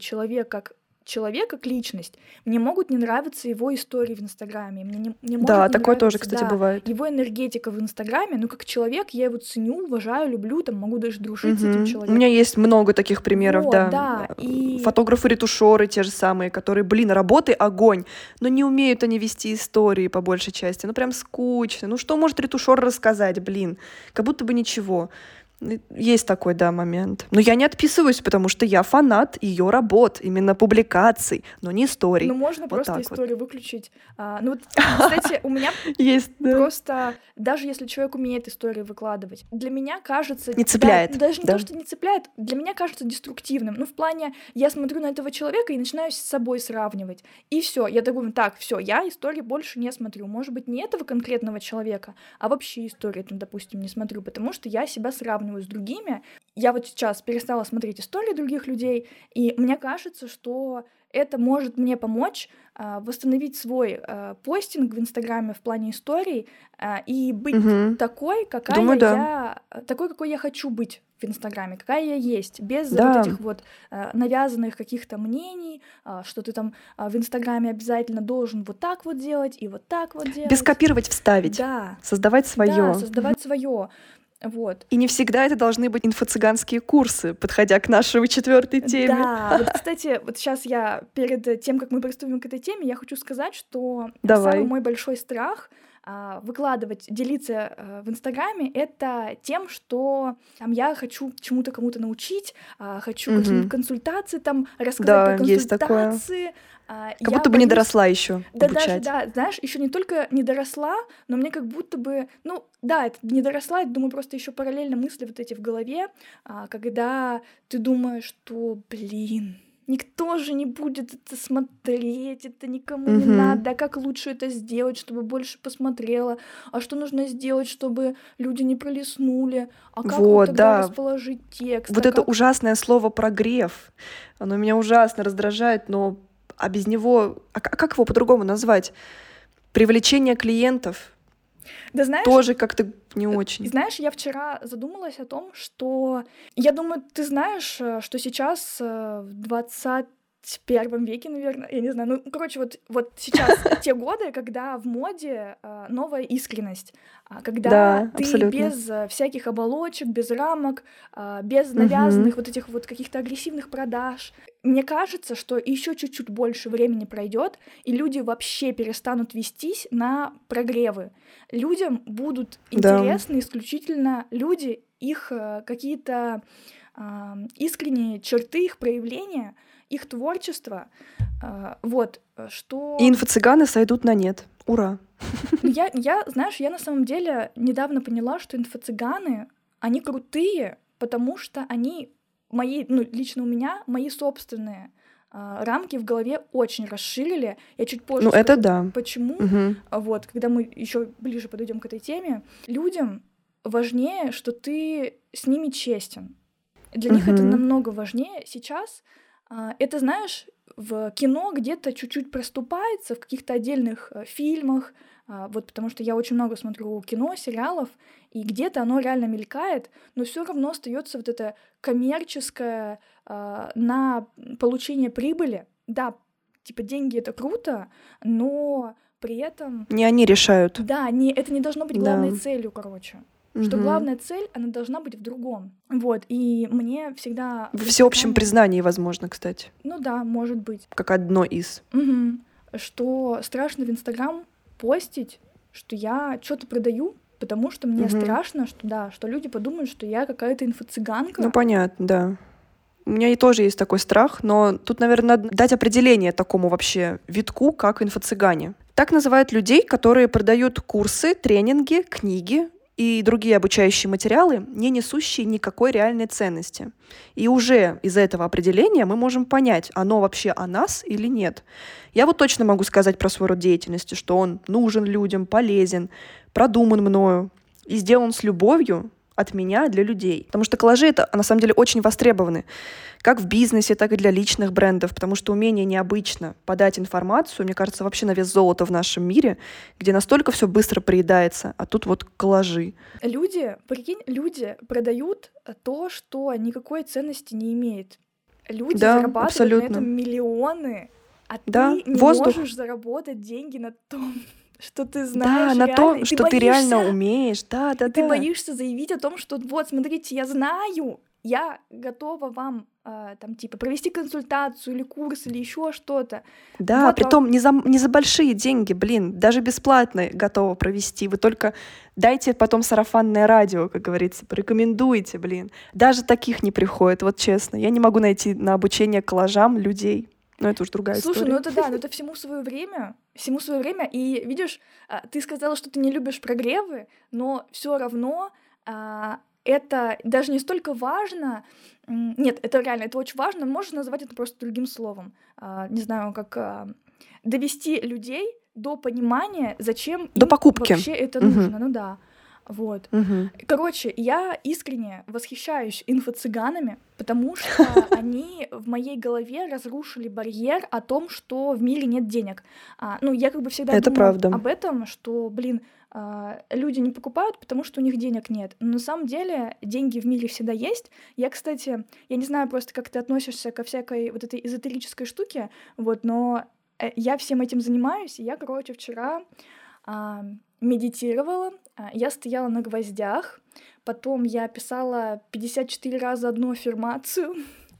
человек как личность, мне могут не нравиться его истории в Инстаграме, мне может Да, не такое тоже, нравиться, кстати, да, бывает. его энергетика в Инстаграме, но как человек я его ценю, уважаю, люблю, там могу даже дружить с этим Мгм. У меня человеком. есть много таких примеров, Вот, да. да, и Фотографы-ретушеры те же самые, которые, блин, работы огонь, но не умеют они вести истории по большей части. Ну, прям скучно. Ну, что может ретушер рассказать, блин? Как будто бы ничего. Есть такой, да, момент. Но я не отписываюсь, потому что я фанат ее работ, именно публикаций, но не ну, историй. можно Вот просто так вот. историю выключить. Ну вот, кстати, у меня Есть, да. просто, даже если человек умеет истории выкладывать, для меня кажется, Не да, цепляет, даже не то, да. что не цепляет, для меня кажется деструктивным. Ну, в плане, я смотрю на этого человека и начинаю с собой сравнивать. И все, я думаю, так, все, я истории больше не смотрю. Может быть, не этого конкретного человека, а вообще истории, там, допустим, не смотрю, потому что я себя сравниваю с другими. Я вот сейчас перестала смотреть истории других людей, и мне кажется, что это может мне помочь восстановить свой постинг в Инстаграме в плане историй и быть Мгм. такой, Думаю, да. такой, какой я хочу быть в Инстаграме, какая я есть, без вот Да, этих вот навязанных каких-то мнений, что ты там в Инстаграме обязательно должен вот так вот делать и вот так вот без делать. копировать, вставить, Да, создавать да, свое. создавать свое. Вот. И не всегда это должны быть инфо-цыганские курсы, подходя к нашей 4-й теме. Да, вот, кстати, вот сейчас я перед тем, как мы приступим к этой теме, я хочу сказать, что самый Давай. мой большой страх выкладывать, делиться в Инстаграме, это тем, что там, я хочу чему-то кому-то научить, хочу какие-нибудь Мгм. консультации там рассказать про Да, есть такое. консультации. Как Я будто бы не боюсь, доросла еще да даже, обучать. да, знаешь, еще не только не доросла, но мне как будто бы, ну, да, это не доросла, я думаю, просто еще параллельно мысли вот эти в голове, когда ты думаешь, что, блин, никто же не будет это смотреть, это никому не Мгм. надо, а как лучше это сделать, чтобы больше посмотрело, а что нужно сделать, чтобы люди не пролистнули, а как вот Вот, тогда да. расположить текст, Вот а это как... ужасное слово прогрев. Оно меня ужасно раздражает, но без него... как его по-другому назвать? Привлечение клиентов Да знаешь, тоже как-то не очень. знаешь, я вчера задумалась о том, что... Я думаю, ты знаешь, что сейчас в 21 веке, наверное, я не знаю, ну, короче, вот сейчас те годы, когда в моде новая искренность, когда Да, ты абсолютно. без всяких оболочек, без рамок, без Мгм. навязанных вот этих вот каких-то агрессивных продаж. Мне кажется, что еще чуть-чуть больше времени пройдет, и люди вообще перестанут вестись на прогревы. Людям будут Да. интересны исключительно люди, их какие-то искренние черты, их проявления, их творчество. Вот, что... И инфо-цыганы сойдут на нет. Ура. Знаешь, я на самом деле недавно поняла, что инфо-цыганы, они крутые, потому что они лично у меня, мои собственные рамки в голове очень расширили. Я чуть позже Ну, это скажу, да. почему. Мгм. Вот, когда мы еще ближе подойдем к этой теме, людям важнее, что ты с ними честен. Для них это Мгм. намного важнее. Сейчас это, знаешь, в кино где-то чуть-чуть проступается, в каких-то отдельных фильмах, вот потому что я очень много смотрю кино, сериалов, и где-то оно реально мелькает, но все равно остается вот это коммерческое на получение прибыли. Да, типа деньги это круто, но при этом, Не они решают. да, это не должно быть Да. главной целью, короче. Что Мгм. главная цель, она должна быть в другом. Вот, и мне всегда... В в всеобщем Инстаграме- признании, возможно, кстати. Ну да, может быть. Как одно из. Мгм. Что страшно в Инстаграм постить, что я что-то продаю, потому что мне Мгм. страшно, что люди подумают, что я какая-то инфо-цыганка. Ну, понятно, да. У меня и тоже есть такой страх, но тут, наверное, надо дать определение такому вообще витку, как инфо-цыгане. Так называют людей, которые продают курсы, тренинги, книги и другие обучающие материалы, не несущие никакой реальной ценности. И уже из этого определения мы можем понять, оно вообще о нас или нет. Я вот точно могу сказать про свой род деятельности, что он нужен людям, полезен, продуман мною и сделан с любовью от меня для людей. Потому что коллажи — это, на самом деле, очень востребованы. Как в бизнесе, так и для личных брендов. Потому что умение необычно подать информацию, мне кажется, вообще на вес золота в нашем мире, где настолько все быстро приедается, а тут вот коллажи. Прикинь, люди продают то, что никакой ценности не имеет. Люди зарабатывают абсолютно на этом миллионы, а ты не можешь заработать деньги на том, что ты знаешь, на то, что ты реально умеешь. Ты боишься заявить о том, что вот, смотрите, я знаю, я готова вам провести консультацию или курс, или еще что-то. Да, вот притом не за большие деньги, даже бесплатно готова провести. Вы только дайте потом сарафанное радио, как говорится, порекомендуйте, Даже таких не приходит, вот честно. Я не могу найти на обучение коллажам людей. Но это уж другая история. Слушай, это всему свое время. И видишь, ты сказала, что ты не любишь прогревы, но все равно это даже не столько важно. Нет, это реально, это очень важно. Можно назвать это просто другим словом. Не знаю, как довести людей до понимания, зачем им вообще это нужно. Вот. Короче, я искренне восхищаюсь инфо-цыганами, потому что они в моей голове разрушили барьер о том, что в мире нет денег. Я всегда думаю об этом, что, люди не покупают, потому что у них денег нет. Но на самом деле деньги в мире всегда есть. Я не знаю просто, как ты относишься ко всякой вот этой эзотерической штуке, но я всем этим занимаюсь, и я, вчера медитировала, я стояла на гвоздях, потом я писала 54 раза одну аффирмацию,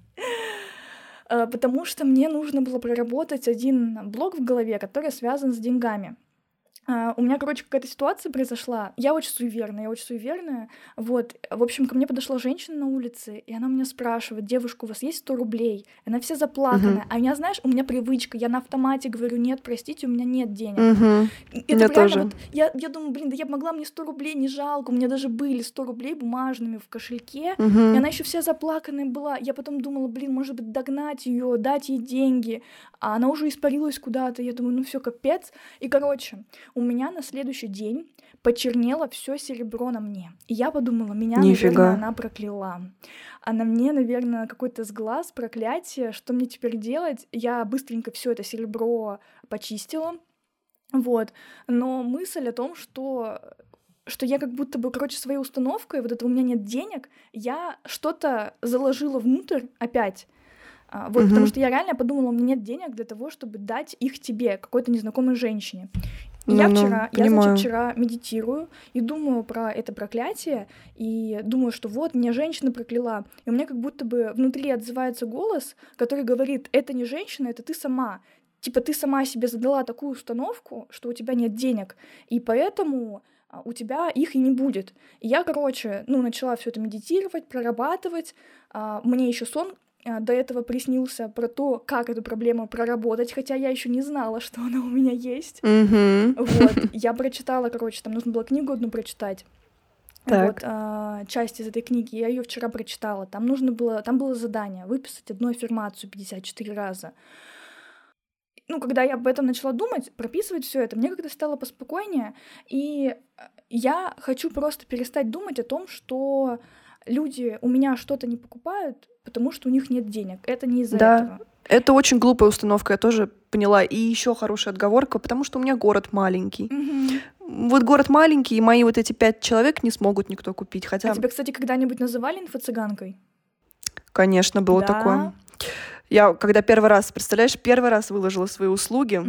потому что мне нужно было проработать один блок в голове, который связан с деньгами. У меня, какая-то ситуация произошла. Я очень суеверная. Вот. В общем, ко мне подошла женщина на улице, и она меня спрашивает: девушка, у вас есть 100 рублей? Она вся заплаканная. А меня, знаешь, у меня привычка, я на автомате говорю: нет, простите, у меня нет денег. Это тоже. Я думаю, да я могла, мне 100 рублей не жалко, у меня даже были 100 рублей бумажными в кошельке, и она еще вся заплаканная была. Я потом думала, может быть, догнать ее, дать ей деньги, а она уже испарилась куда-то. Я думаю, все, капец. И, у меня на следующий день почернело все серебро на мне. И я подумала, меня, наверное, она прокляла. А на мне, наверное, какой-то сглаз, проклятие. Что мне теперь делать? Я быстренько все это серебро почистила. Вот. Но мысль о том, что я как будто бы, своей установкой, вот это у меня нет денег, я что-то заложила внутрь опять. Потому что я реально подумала, у меня нет денег для того, чтобы дать их тебе, какой-то незнакомой женщине. И я вчера медитирую и думаю про это проклятие, и думаю, что вот, меня женщина прокляла. И у меня как будто бы внутри отзывается голос, который говорит: это не женщина, это ты сама. Ты сама себе задала такую установку, что у тебя нет денег, и поэтому у тебя их и не будет. И я, начала все это медитировать, прорабатывать. Мне еще сон до этого приснился про то, как эту проблему проработать, хотя я еще не знала, что она у меня есть. Вот. Я прочитала, там нужно было книгу одну прочитать. Вот, часть из этой книги, я ее вчера прочитала. Там было задание выписать одну аффирмацию 54 раза. Когда я об этом начала думать, прописывать все это, мне как-то стало поспокойнее, и я хочу просто перестать думать о том, что люди у меня что-то не покупают, потому что у них нет денег. Это не из-за этого. Это очень глупая установка, я тоже поняла. И еще хорошая отговорка, потому что у меня город маленький. Вот город маленький, и мои вот эти 5 человек не смогут никто купить. Хотя... А тебя, кстати, когда-нибудь называли инфо-цыганкой? Конечно, было такое. Я когда первый раз выложила свои услуги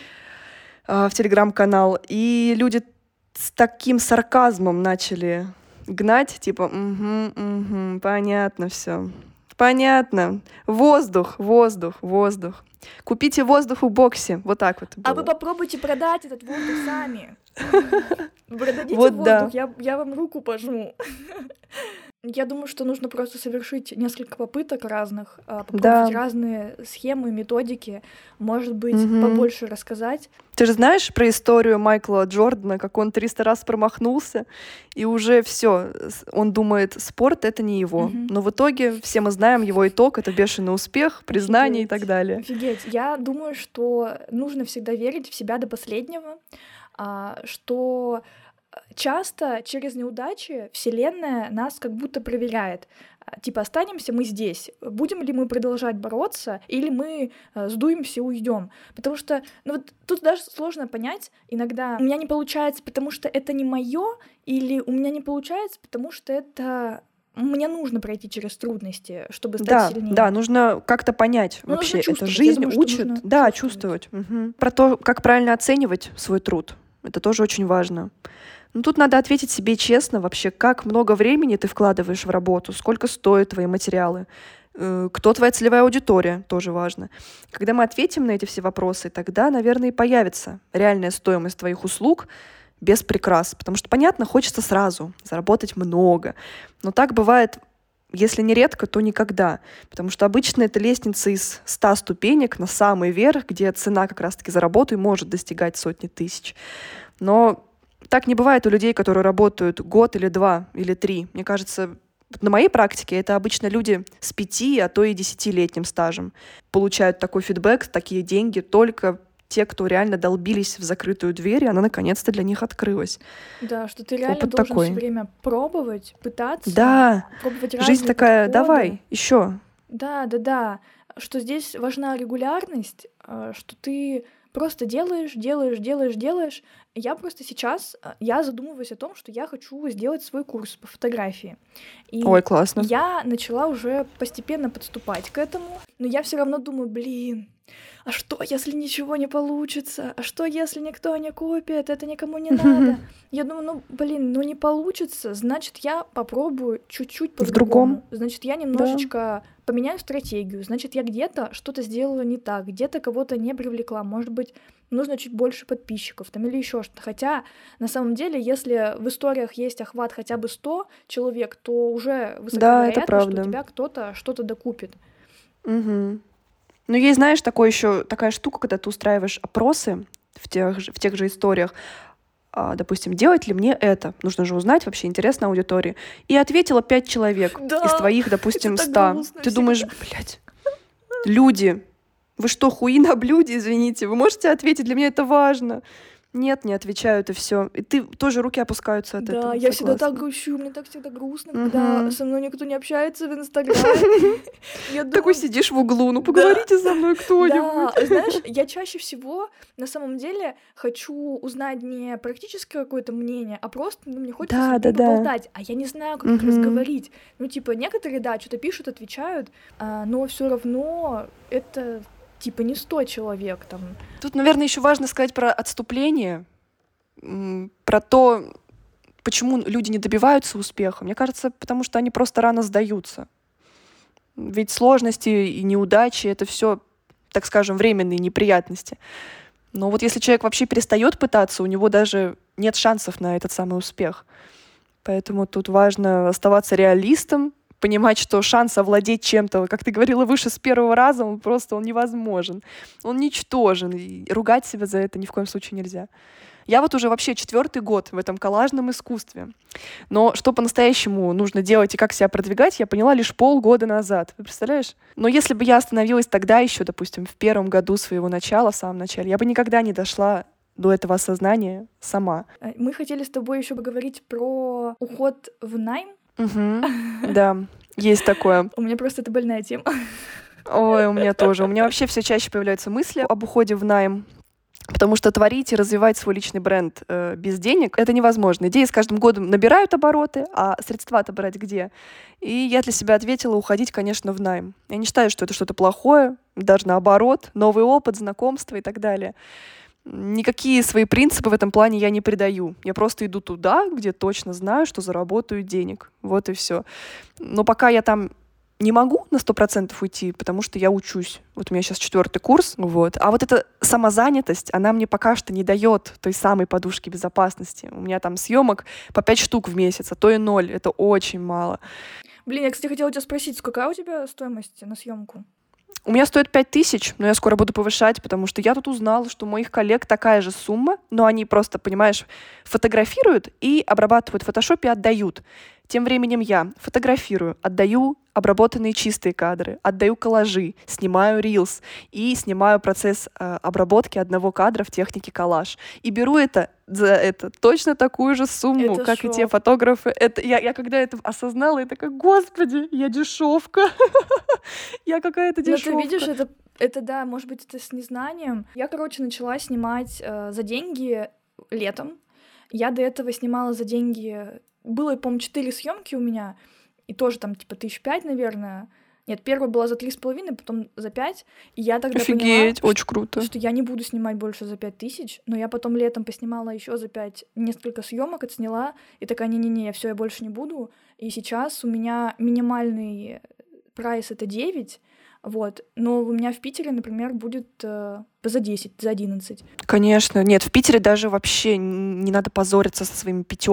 в телеграм-канал, и люди с таким сарказмом начали гнать, понятно все. Понятно. Воздух. Купите воздух в боксе. Вот так вот было. А вы попробуйте продать этот воздух сами. Продадите воздух, я вам руку пожму. Я думаю, что нужно просто совершить несколько попыток разных, попробовать разные схемы, методики, может быть, побольше рассказать. Ты же знаешь про историю Майкла Джордана, как он 300 раз промахнулся, и уже все, он думает, спорт — это не его. Но в итоге все мы знаем его итог — это бешеный успех, признание и так далее. Офигеть. Я думаю, что нужно всегда верить в себя до последнего, что часто через неудачи Вселенная нас как будто проверяет. Типа, останемся мы здесь, будем ли мы продолжать бороться, или мы сдуемся и уйдем. Потому что, вот тут даже сложно понять иногда, у меня не получается, потому что это не мое, или у меня не получается, потому что это мне нужно пройти через трудности, чтобы стать сильнее. Да, нужно как-то понять вообще, это жизнь учит. Да, чувствовать. Про то, как правильно оценивать свой труд. Это тоже очень важно. Но тут надо ответить себе честно вообще, как много времени ты вкладываешь в работу, сколько стоят твои материалы, кто твоя целевая аудитория, тоже важно. Когда мы ответим на эти все вопросы, тогда, наверное, и появится реальная стоимость твоих услуг без прикрас. Потому что, понятно, хочется сразу заработать много. Но так бывает, если не редко, то никогда. Потому что обычно это лестница из 100 ступенек на самый верх, где цена как раз-таки за работу и может достигать сотни тысяч. Но так не бывает у людей, которые работают год или 2 или 3. Мне кажется, на моей практике это обычно люди с 5, а то и 10-летним стажем. Получают такой фидбэк, такие деньги только те, кто реально долбились в закрытую дверь, и она наконец-то для них открылась. Да, что ты реально должен все время пробовать, пытаться. Да, пробовать разные жизнь такая, подходы. Давай, еще. Да. Что здесь важна регулярность, что ты просто делаешь. Я просто сейчас, я задумываюсь о том, что я хочу сделать свой курс по фотографии. И Ой, классно. я начала уже постепенно подступать к этому, но я все равно думаю, а что, если ничего не получится? А что, если никто не купит? Это никому не надо. Я думаю, не получится, значит, я попробую чуть-чуть по-другому. Значит, я немножечко поменяю стратегию. Значит, я где-то что-то сделала не так, где-то кого-то не привлекла. Может быть, нужно чуть больше подписчиков там или еще что-то. Хотя, на самом деле, если в историях есть охват хотя бы 100 человек, то уже высоковероятно, что у тебя кто-то что-то докупит. Ну, есть, знаешь, такая штука, когда ты устраиваешь опросы в тех же историях, допустим, делать ли мне это? Нужно же узнать вообще, интересно аудитории. И ответило 5 человек из твоих, допустим, 100. Ты думаешь, люди, вы что, хуи на блюде, извините? Вы можете ответить? Для меня это важно. Нет, не отвечают, и все. И ты тоже руки опускаются от этого. Да, я всегда так грущу, мне так всегда грустно, когда со мной никто не общается в Инстаграме. Такой сидишь в углу, поговорите со мной кто-нибудь. Да, знаешь, я чаще всего на самом деле хочу узнать не практическое какое-то мнение, а просто мне хочется поболтать, а я не знаю, как их разговорить. Некоторые, что-то пишут, отвечают, но все равно это... не 100 человек там. Тут, наверное, еще важно сказать про отступление, про то, почему люди не добиваются успеха. Мне кажется, потому что они просто рано сдаются. Ведь сложности и неудачи — это все, так скажем, временные неприятности. Но вот если человек вообще перестает пытаться, у него даже нет шансов на этот самый успех. Поэтому тут важно оставаться реалистом, понимать, что шанс овладеть чем-то, как ты говорила выше, с первого раза, он невозможен. Он ничтожен. И ругать себя за это ни в коем случае нельзя. Я вот уже вообще 4-й год в этом коллажном искусстве. Но что по-настоящему нужно делать и как себя продвигать, я поняла лишь полгода назад. Ты представляешь? Но если бы я остановилась тогда еще, допустим, в 1-м году своего начала, в самом начале, я бы никогда не дошла до этого осознания сама. Мы хотели с тобой еще поговорить про уход в найм. Да, есть такое. У меня просто это больная тема. Ой, у меня тоже. У меня вообще все чаще появляются мысли об уходе в найм. Потому что творить и развивать свой личный бренд без денег — это невозможно. Идеи с каждым годом набирают обороты, а средства-то брать где? И я для себя ответила: уходить, конечно, в найм. Я не считаю, что это что-то плохое, даже наоборот, новый опыт, знакомства и так далее. Никакие свои принципы в этом плане я не предаю. Я просто иду туда, где точно знаю, что заработаю денег. Вот и все. Но пока я там не могу на 100% уйти, потому что я учусь. Вот у меня сейчас 4-й курс, вот. А вот эта самозанятость, она мне пока что не дает той самой подушки безопасности. У меня там съемок по 5 штук в месяц, а то и 0. Это очень мало. Блин, я, кстати, хотела тебя спросить, какая у тебя стоимость на съемку? У меня стоит 5000, но я скоро буду повышать, потому что я тут узнала, что у моих коллег такая же сумма, но они просто, понимаешь, фотографируют и обрабатывают в фотошопе и отдают. Тем временем я фотографирую, отдаю обработанные чистые кадры, отдаю коллажи, снимаю рилс и снимаю процесс обработки одного кадра в технике коллаж. И беру это за это точно такую же сумму, Это как и те шок. фотографы. Я когда это осознала, я такая, господи, я дешевка. Я какая-то дешевка. Но ты видишь, это да, может быть, это с незнанием. Я, начала снимать за деньги летом. Я до этого снимала за деньги... Было, по-моему, 4 съемки у меня, и тоже там, типа, 5 000, наверное. Нет, первая была за 3,5, потом за 5. И я тогда Офигеть, поняла, очень круто. что я не буду снимать больше за 5000, но я потом летом поснимала еще за 5 несколько съемок, отсняла, и такая, не-не-не, я больше не буду. И сейчас у меня минимальный прайс — это 9, вот, но у меня в Питере, например, будет за 10, за 11. Конечно. Нет, в Питере даже вообще не надо позориться со своими 5,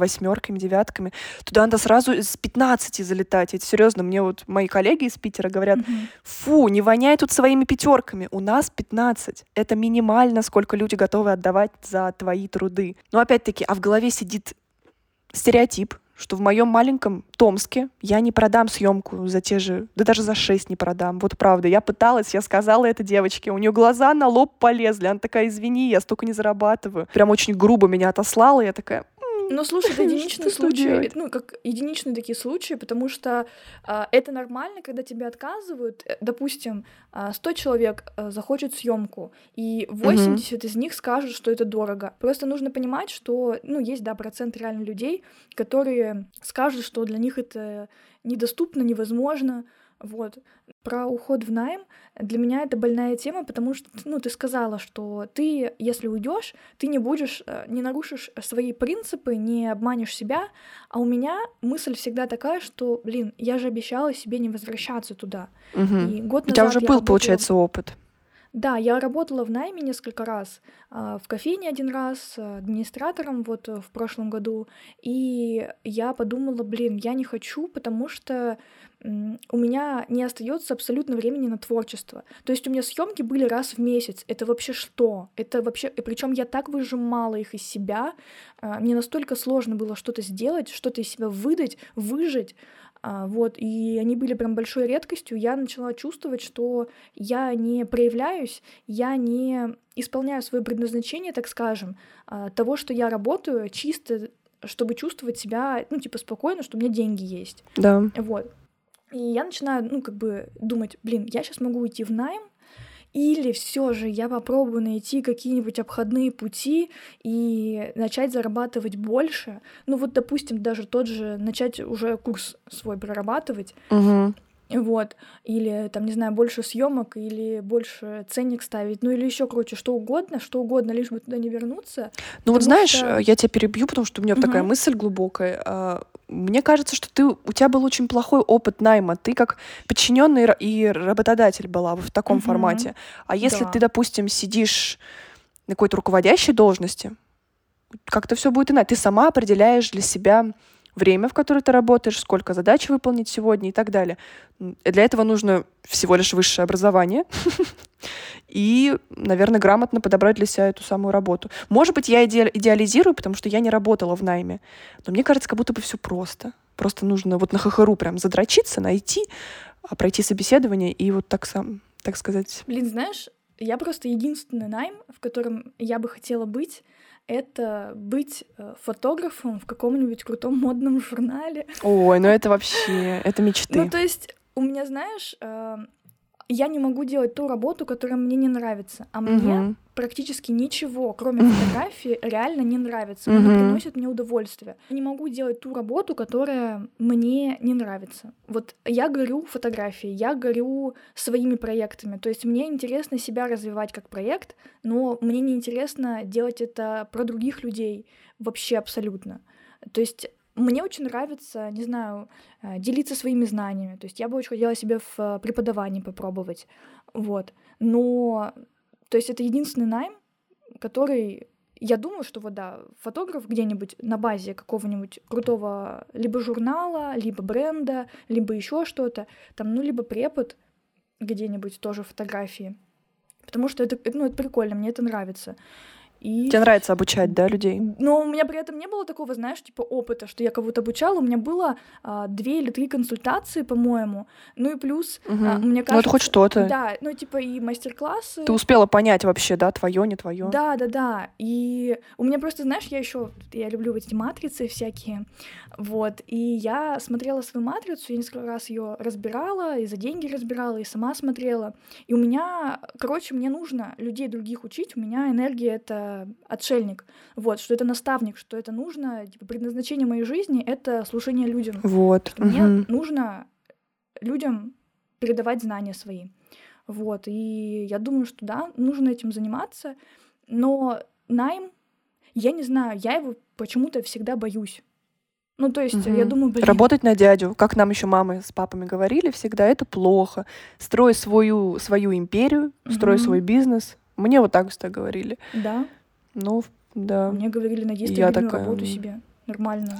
8, 9. Туда надо сразу с 15 залетать. Это серьезно, мне вот мои коллеги из Питера говорят, фу, не воняй тут своими 5. У нас 15. Это минимально, сколько люди готовы отдавать за твои труды. Но опять-таки, а в голове сидит стереотип, что в моем маленьком Томске я не продам съемку за те же, да даже за 6 не продам. Вот правда, я пыталась, я сказала это девочке, у нее глаза на лоб полезли, она такая, извини, я столько не зарабатываю. Прям очень грубо меня отослала, я такая... Ну, слушай, это единичный случай, как единичные такие случаи, потому что это нормально, когда тебе отказывают. Допустим, 100 человек захочет съемку, и 80 из них скажут, что это дорого. Просто нужно понимать, что, есть, да, процент реально людей, которые скажут, что для них это недоступно, невозможно. Вот. Про уход в найм для меня это больная тема, потому что, ты сказала, что ты, если уйдешь, ты не нарушишь свои принципы, не обманешь себя, а у меня мысль всегда такая, что, я же обещала себе не возвращаться туда. И год назад у тебя уже был, получается, опыт. Да, я работала в найме несколько раз, в кофейне 1 раз, администратором вот в прошлом году, и я подумала, я не хочу, потому что у меня не остается абсолютно времени на творчество. То есть у меня съемки были раз в месяц. Это вообще что? Это вообще... Причем я так выжимала их из себя. Мне настолько сложно было что-то сделать, что-то из себя выдать, выжать. Вот, и они были прям большой редкостью. Я начала чувствовать, что я не проявляюсь, я не исполняю свое предназначение, так скажем, того, что я работаю чисто, чтобы чувствовать себя, спокойно, что у меня деньги есть. Да. Вот. И я начинаю, думать, я сейчас могу уйти в найм, или все же я попробую найти какие-нибудь обходные пути и начать зарабатывать больше. Допустим, даже тот же начать уже курс свой прорабатывать. Вот, или там, не знаю, больше съемок, или больше ценник ставить, или еще, что угодно, лишь бы туда не вернуться. Знаешь, я тебя перебью, потому что у меня такая мысль глубокая. Мне кажется, что у тебя был очень плохой опыт найма. Ты как подчиненный и работодатель была в таком формате. А если ты, допустим, сидишь на какой-то руководящей должности, как-то все будет иначе. Ты сама определяешь для себя время, в которое ты работаешь, сколько задач выполнить сегодня и так далее. Для этого нужно всего лишь высшее образование и, наверное, грамотно подобрать для себя эту самую работу. Может быть, я идеализирую, потому что я не работала в найме, но мне кажется, как будто бы все просто. Просто нужно на ХХРУ прям задрочиться, найти, пройти собеседование и так сказать... Знаешь, я просто единственный найм, в котором я бы хотела быть, это быть фотографом в каком-нибудь крутом модном журнале. Ой, это вообще, это мечты. То есть у меня, знаешь, я не могу делать ту работу, которая мне не нравится, а мне практически ничего, кроме фотографии, реально не нравится. Она приносит мне удовольствие. Я не могу делать ту работу, которая мне не нравится. Вот я горю фотографией, я горю своими проектами. То есть мне интересно себя развивать как проект, но мне не интересно делать это про других людей вообще абсолютно. То есть мне очень нравится, не знаю, делиться своими знаниями. То есть я бы очень хотела себя в преподавании попробовать. Вот. Но, то есть это единственный найм, который... Я думаю, что вот да, фотограф где-нибудь на базе какого-нибудь крутого либо журнала, либо бренда, либо еще что-то, там, ну, либо препод где-нибудь тоже фотографии. Потому что это прикольно, мне это нравится. И... Тебе нравится обучать, да, людей? Но у меня при этом не было такого, знаешь, типа опыта, что я кого-то обучала. У меня было 2 или 3 консультации, по-моему. Ну и плюс, мне кажется... Ну это хоть что-то. Да, ну типа и мастер-классы. Ты успела понять вообще, да, твое, не твое. Да. И у меня просто, знаешь, я люблю эти матрицы всякие. Вот. И я смотрела свою матрицу, я несколько раз ее разбирала, и за деньги разбирала, и сама смотрела. И у меня, короче, мне нужно людей других учить. У меня энергия — это отшельник. Вот, что это наставник, что это нужно, типа, предназначение моей жизни — это служение людям. Вот. Мне нужно людям передавать знания свои. Вот, и я думаю, что да, нужно этим заниматься, но найм, я не знаю, я его почему-то всегда боюсь. Ну, то есть, я думаю, Работать на дядю, как нам еще мамы с папами говорили всегда, это плохо. Строй свою империю, строй свой бизнес. Мне вот так всегда говорили. Да? Ну, да. Мне говорили, найди стабильную работу себе. Нормально.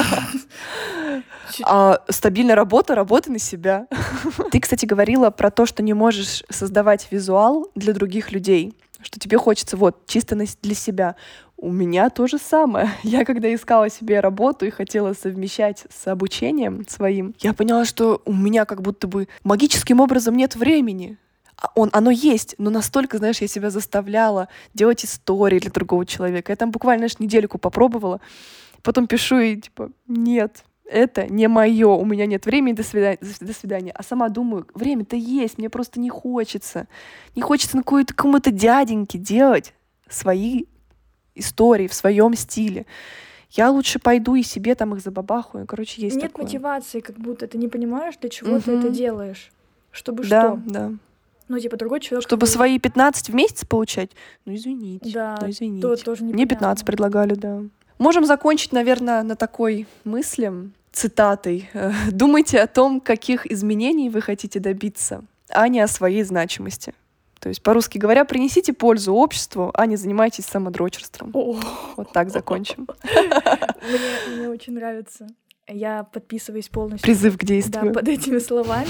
Стабильная работа на себя. Ты, кстати, говорила про то, что не можешь создавать визуал для других людей, что тебе хочется вот чисто для себя. У меня то же самое. Я когда искала себе работу и хотела совмещать с обучением своим, я поняла, что у меня как будто бы магическим образом нет времени. Оно есть, но настолько, знаешь, я себя заставляла делать истории для другого человека. Я там буквально, знаешь, недельку попробовала, потом пишу и типа, нет, это не мое, у меня нет времени, до свидания. А сама думаю, время-то есть, мне просто не хочется. Не хочется на кому-то дяденьке делать свои истории в своем стиле. Я лучше пойду и себе там их забабахаю. Короче, есть нет такое. Нет мотивации, как будто ты не понимаешь, для чего ты это делаешь. Чтобы да, что? Да. Ну, типа, другой человек... Чтобы свои 15 в месяц получать? Ну, извините. Да, ну, извините. Тоже Мне 15 предлагали, да. Можем закончить, наверное, на такой мысли, цитатой. Думайте о том, каких изменений вы хотите добиться, а не о своей значимости. То есть, по-русски говоря, принесите пользу обществу, а не занимайтесь самодрочерством. Вот так закончим. Мне очень нравится. Я подписываюсь полностью. Призыв к действию. Да, под этими словами.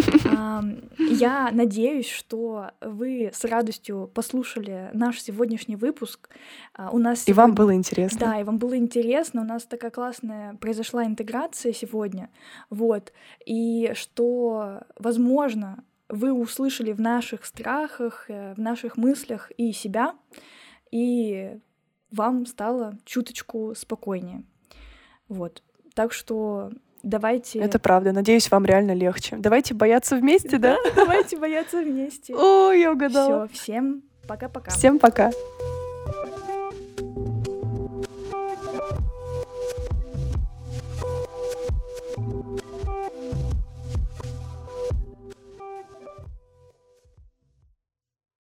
Я надеюсь, что вы с радостью послушали наш сегодняшний выпуск. У нас и вам было интересно. Да, и вам было интересно. У нас такая классная произошла интеграция сегодня. Вот. И что, возможно, вы услышали в наших страхах, в наших мыслях и себя, и вам стало чуточку спокойнее. Вот. Так что давайте... Это правда. Надеюсь, вам реально легче. Давайте бояться вместе, да? Да, давайте бояться вместе. Ой, я угадала. Всё, всем пока-пока. Всем пока.